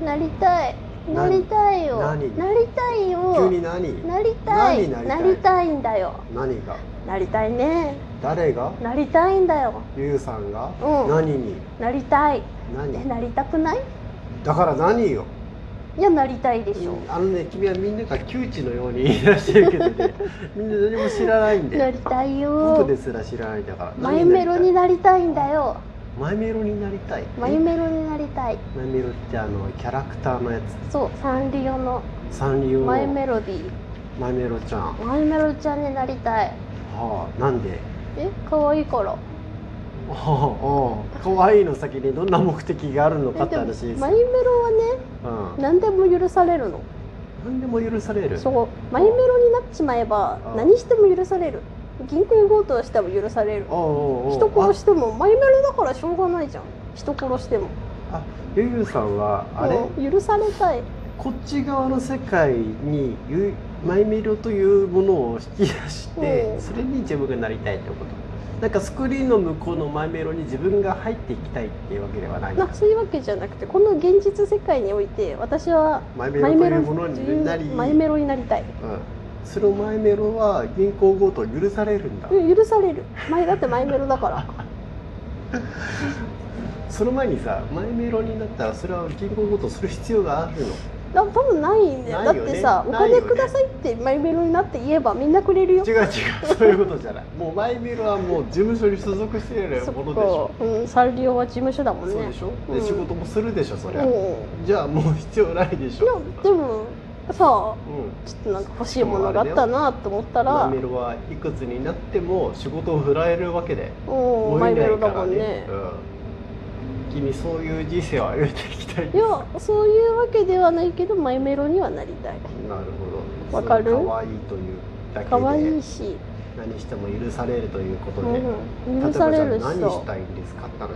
なりたい。なりたいよ。なりたいよ。 急に何？ なりたい。なりたいんだよ。 何が？ なりたいね。 誰が？ なりたいんだよ。 ゆうさんが？ うん。 何に？ なりたい。 何？ なりたくない？ だから何よ。 いや、なりたいでしょ。 君はみんなが窮地のように言い出してるけどね、みんな何も知らないんで。 なりたいよ。 僕ですら知らないんだから。 マイメロになりたいんだよ。 マイメロになりたい。 マイメロになりたい。 マイメロってキャラクターのやつ。 そう、サンリオの。 サンリオの。 マイメロディー。 マイメロちゃん。 マイメロちゃんになりたい。 はあ、なんで？ 可愛いから。 可愛いの先にどんな目的があるのかって話です。 マイメロはね、何でも許されるの。 何でも許される。 そう、マイメロになっちまえば何しても許される。銀行強盗しても許される。人殺してもマイメロだからしょうがないじゃん。人殺しても。 ゆゆさんはあれ？ 許されたい。 こっち側の世界にマイメロというものを引き出して、それに自分がなりたいってこと。なんかスクリーンの向こうのマイメロに自分が入っていきたいっていうわけではない。 そういうわけじゃなくて、この現実世界において私はマイメロというものになり、 マイメロになりたい。 そのマイメロは銀行強盗許されるんだ。 許される。だってマイメロだからその前にさ、マイメロになったらそれは銀行強盗する必要があるの？ 多分ないんだよ。だってさ、お金くださいってマイメロになって言えばみんなくれるよ。 違うそういうことじゃない。もうマイメロはもう事務所に所属しているものでしょ。 サンリオは事務所だもんね。 そうでしょ。で仕事もするでしょ、そりゃ。じゃあもう必要ないでしょ。 いやでもさ、ちょっとなんか欲しいものがあったなと思ったら、 マイメロはいくつになっても仕事を振られるわけで。 マイメロだもんね。 君そういう人生を歩いていきたい。 いや、そういうわけではないけどマイメロにはなりたい。 なるほど。 わかる？ 可愛いというだけで。 可愛いし、 何しても許されるということで。 許されるし。 何したいんですかって話です。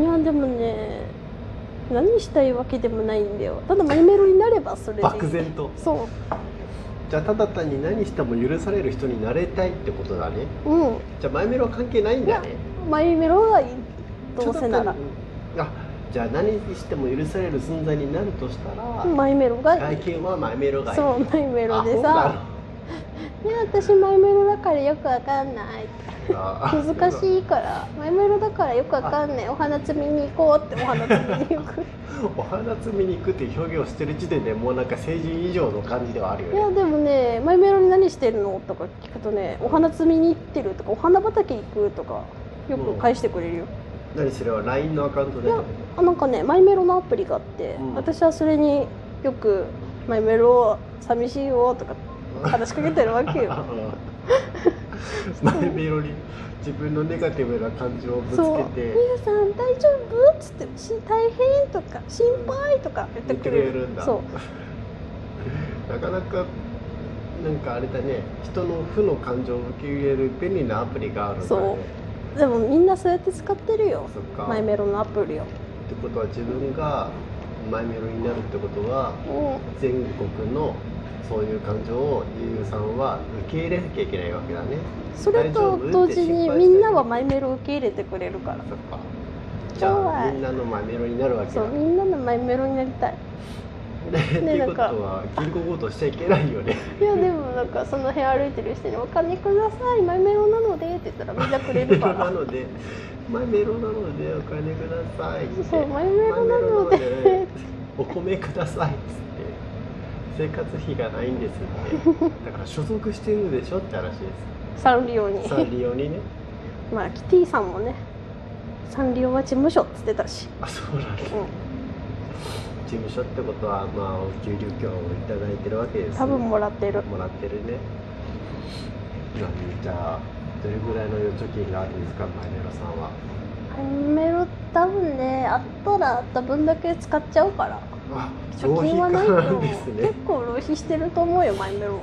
いやでもね、何したいわけでもないんだよ。ただマイメロになればそれでいい。 漠然と。 そう。 じゃあただ単に何しても許される人になれたいってことだね。じゃあマイメロは関係ないんだね。 マイメロはいい。どうせなら。 じゃあ何しても許される存在になるとしたら、 マイメロがいい。 外見はマイメロがいい。 そう、マイメロでさ、私マイメロだからよくわかんない。難しいからマイメロだからよくわかんない。お花摘みに行こうって。お花摘みに行くお花摘みに行くっていう表現をしてる時点でもうなんか成人以上の感じではあるよね。 いやでもね、マイメロに何してるのとか聞くとね、お花摘みに行ってるとか、お花畑行くとかよく返してくれるよ。 何それは LINE のアカウントで？ なんかね、マイメロのアプリがあって、私はそれによくマイメロ寂しいよとか話しかけてるわけよマイメロに自分のネガティブな感情をぶつけて、 みゆさん大丈夫？っつって大変とか心配とか言ってくれるんだ。 そうなかなかなんかあれだね、人の負の感情を受け入れる便利なアプリがあるんだね。 でもみんなそうやって使ってるよ、マイメロのアプリを。 ってことは自分がマイメロになるってことは、全国のそういう感情をゆうさんは受け入れなきゃいけないわけだね。 それと同時にみんなはマイメロを受け入れてくれるから。 そっか。じゃあみんなのマイメロになるわけだ。 そう、みんなのマイメロになりたい。 っていうことは銀行強盗しちゃいけないよね。 いやでもなんかその辺歩いてる人に「お金ください、マイメロなので」って言ったらみんなくれるから。 なのでマイメロなのでお金くださいって。 そう、マイメロなのでお米くださいっつって生活費がないんですってだから所属してるでしょって話です。 サンリオに。 サンリオにね。 まあキティさんもね、サンリオは事務所っつってたし。 あ、そうなんだ。事務所ってことはまあお給料をいただいてるわけですね。 多分もらってる。 もらってるね。じゃあどれぐらいの預貯金があるんですか、マイメロさんは。 マイメロ多分ね、あったらあった分だけ使っちゃうから。貯金はないと思う。結構浪費してると思うよ、マイメロは。 なる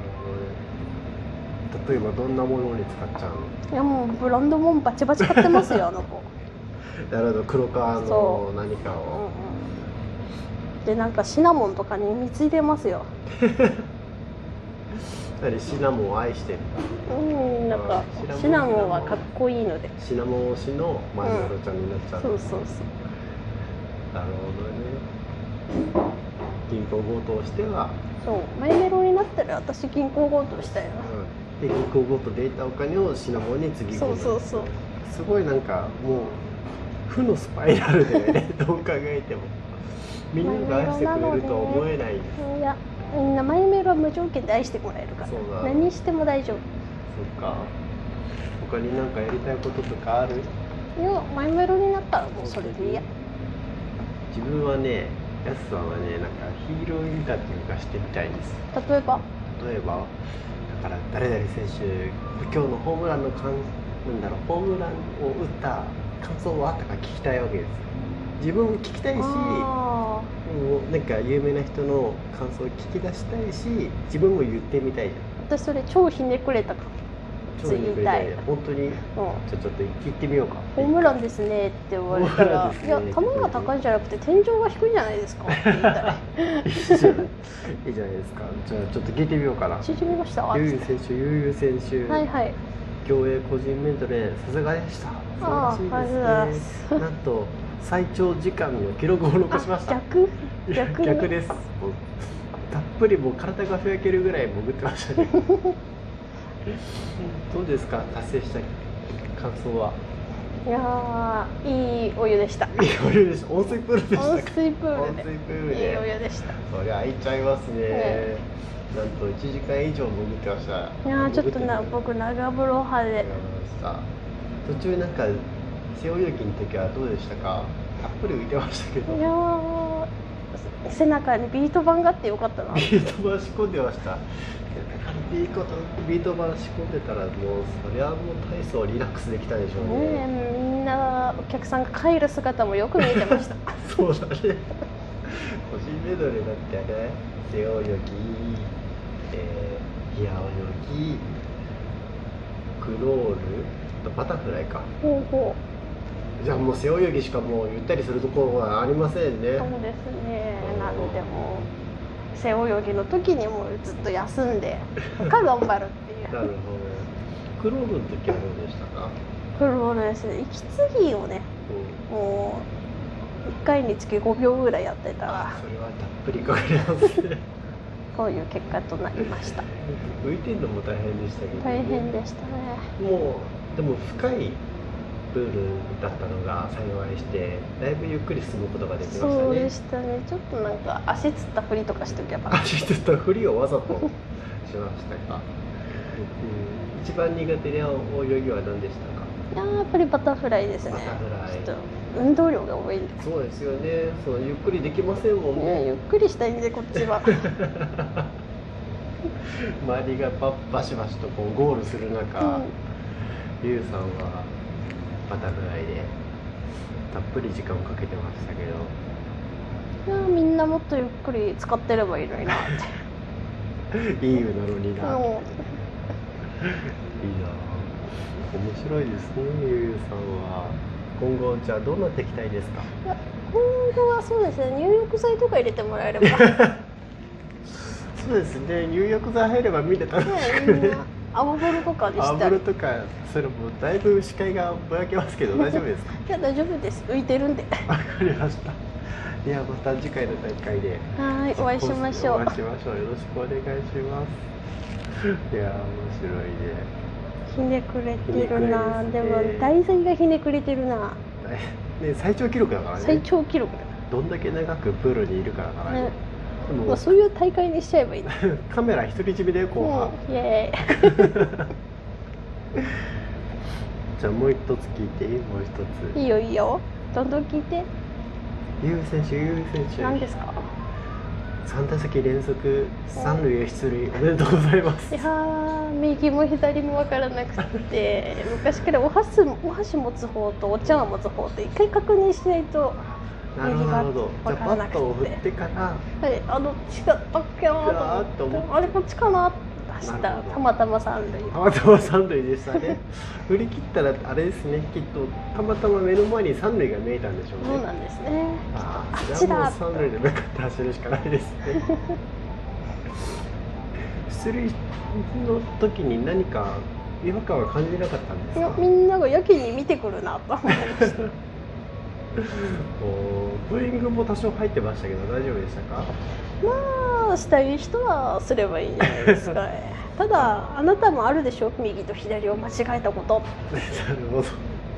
ほどね。例えばどんなものに使っちゃうの？ いやもうブランドもんバチバチ買ってますよあの子。 なるほど、黒川の何かを。 でなんかシナモンとかに貢いでますよ。 シナモンを愛してる。 なんかシナモンはかっこいいので。 シナモン推しのマイメロちゃんになっちゃう。 そうそうそう。 なるほどね。 銀行強盗しては、 そうマイメロになったら私銀行強盗したよ。 で銀行強盗で得たお金をシナモンに次そうそうそう。 すごいなんかもう負のスパイラルでねどう考えてもみんなが愛してくれるとは思えないです。 いやみんなマイメロは無条件で愛してもらえるから、何しても大丈夫。 そっか。他に何かやりたいこととかある？ いやマイメロになったらもうそれでいいや。 自分はね、やすさんはね、なんかヒーローインタビューがしてみたいです。 例えばだから誰々選手今日のホームランのホームランを打った感想はとか聞きたいわけですよ。自分も聞きたいし、もうなんか有名な人の感想を聞き出したいし、自分も言ってみたいじゃん。私それ超ひねくれたか超言いたい。本当に、じゃあちょっと聞いてみようか。 ホームランですねって言われたら、いや球が高いんじゃなくて天井が低いじゃないですかって言ったらいいじゃないですか。じゃあちょっと聞いてみようかな。 縮みました。 ゆう選手、 はいはい。 競泳個人メドレーさすがでした。素晴らしいですね。なんと最長時間の記録を残しました。逆です。たっぷりもう体がふやけるぐらい潜ってましたね。どうですか、達成した感想は？ いやいいお湯でした。 いいお湯でした。温水プールでした。 温水プールで。いいお湯でした。 そりゃ開いちゃいますね。なんと1時間以上潜ってました。 いやちょっと僕長風呂派で。 途中なんか背泳ぎの時はどうでしたか？たっぷり浮いてましたけど。いや背中にビート板があってよかったな。 ビート板仕込んでました。ビート板仕込んでたらもうそりゃもう体操リラックスできたでしょうね。 みんなお客さんが帰る姿もよく見えてました。 そうだね。個人メドレーだってね、背泳ぎ、平泳ぎ、クロール、バタフライか。じゃあもう背泳ぎしかもうゆったりするところはありませんね。 そうですね。なんでも背泳ぎの時にもずっと休んで他頑張るっていう。 なるほど。クロールの時はどうでしたか？ クロールですね。息継ぎをね、もう1回につき5秒ぐらいやってたら。 それはたっぷりかかりますね。 こういう結果となりました。 浮いてるのも大変でしたけど、 大変でしたね。 もうでも深いプールだったのが幸いしてだいぶゆっくり進むことができましたね。 そうでしたね。ちょっとなんか足つったふりとかしとけば。 足つったふりをわざとしましたか。一番苦手な泳ぎは何でしたか？ やっぱりバタフライですね。 バタフライ。 ちょっと運動量が多いんで。 そうですよね。そうゆっくりできませんもんね。 ゆっくりしたいんでこっちは。 周りがバシバシとこうゴールする中、リュウさんはバタフライでたっぷり時間をかけてましたけど。 いやみんなもっとゆっくり使ってればいいのになって。 いい湯なのにな。いいな。面白いですね。ゆうさんは今後じゃあどうなっていきたいですか？ 今後はそうですね。入浴剤とか入れてもらえれば。 そうですね。入浴剤入れば見て楽しくね。 泡風呂とかにしたら。 泡風呂とかそれもだいぶ視界がぼやけますけど大丈夫ですか？ いや大丈夫です。浮いてるんで。 わかりました。いやまた次回の大会でお会いしましょう。 よろしくお願いします。いや面白いね。 ひねくれてるな。でも題材がひねくれてるな。 ね最長記録だからね。 最長記録だ。 どんだけ長くプールにいるからからね。 まあそういう大会にしちゃえばいい。 カメラ独り占めで後半。 イエーイ。 じゃあもう一つ聞いていい？もう一つ。 いいよいいよ。どんどん聞いて。 ゆう選手。 何ですか ？3打席連続三塁へ出塁おめでとうございます。 いや右も左も分からなくて昔からお箸持つ方とお茶碗持つ方って一回確認しないと。 なるほど。じゃあバットを振ってから。 はい、どっちかだっけなと思って、あれこっちかなって走ったらたまたま三塁。 たまたま三塁でしたね。振り切ったらあれですね。きっとたまたま目の前に三塁が見えたんでしょうね。 そうなんですね。 あっちだ。三塁で向かって走るしかないですね。出塁の時に何か違和感は感じなかったんですか？ いやみんながやけに見てくるなと思いました。 ブーイングも多少入ってましたけど大丈夫でしたか？ まあしたい人はすればいいんじゃないですかね。ただあなたもあるでしょ、右と左を間違えたこと。 なるほど。多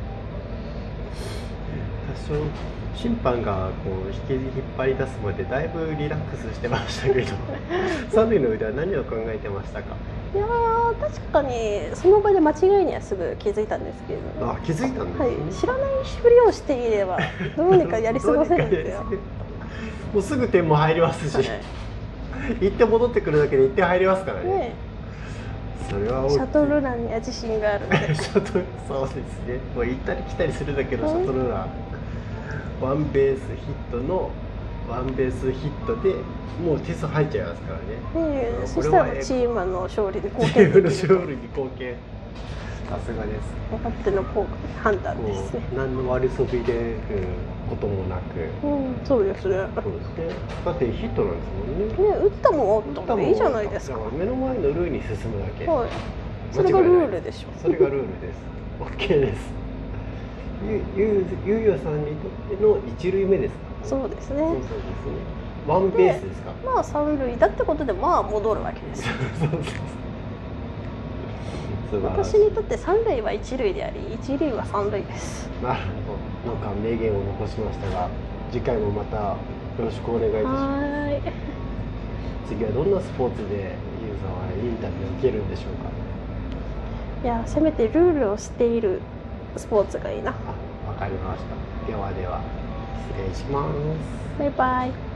少審判がこう引っ張り出すまでだいぶリラックスしてましたけど三塁の上では何を考えてましたか？ いやー、確かにその場で間違いにはすぐ気づいたんですけれども、 あ、気づいたんですね、 はい、知らないふりをしていればどうにかやり過ごせるんですよ。 もうすぐ点も入りますし、はい、行って戻ってくるだけで1点入りますから ね。それは大きい。シャトルランには自信があるのでそうですね、もう行ったり来たりするだけのシャトルラン、ワンベースヒットのワンベースヒットでもう点数入っちゃいますからね。 そしたらチームの勝利に貢献できる。 チームの勝利に貢献。さすがです。 分かっての判断ですね。 何の悪そびでこともなく。 そうですね。 そうですね。だってヒットなんですもんね。 打ったもん打ったもんいいじゃないですか。 目の前のルーに進むだけ。はい。 それがルールでしょ。 それがルールです。OK です。ゆうやさんにとっての一塁目ですか？ そうですね。 そうですね。ワンベースですか？ まあ三塁だってことでまあ戻るわけです。私にとって三塁は一塁であり、一塁は三塁です。 なるほど。なんか名言を残しましたが、次回もまたよろしくお願いいたします。次はどんなスポーツでゆうさんはインタビューを受けるんでしょうか？ いや、せめてルールを知っているスポーツがいいな。 わかりました。ではでは失礼します。 バイバイ。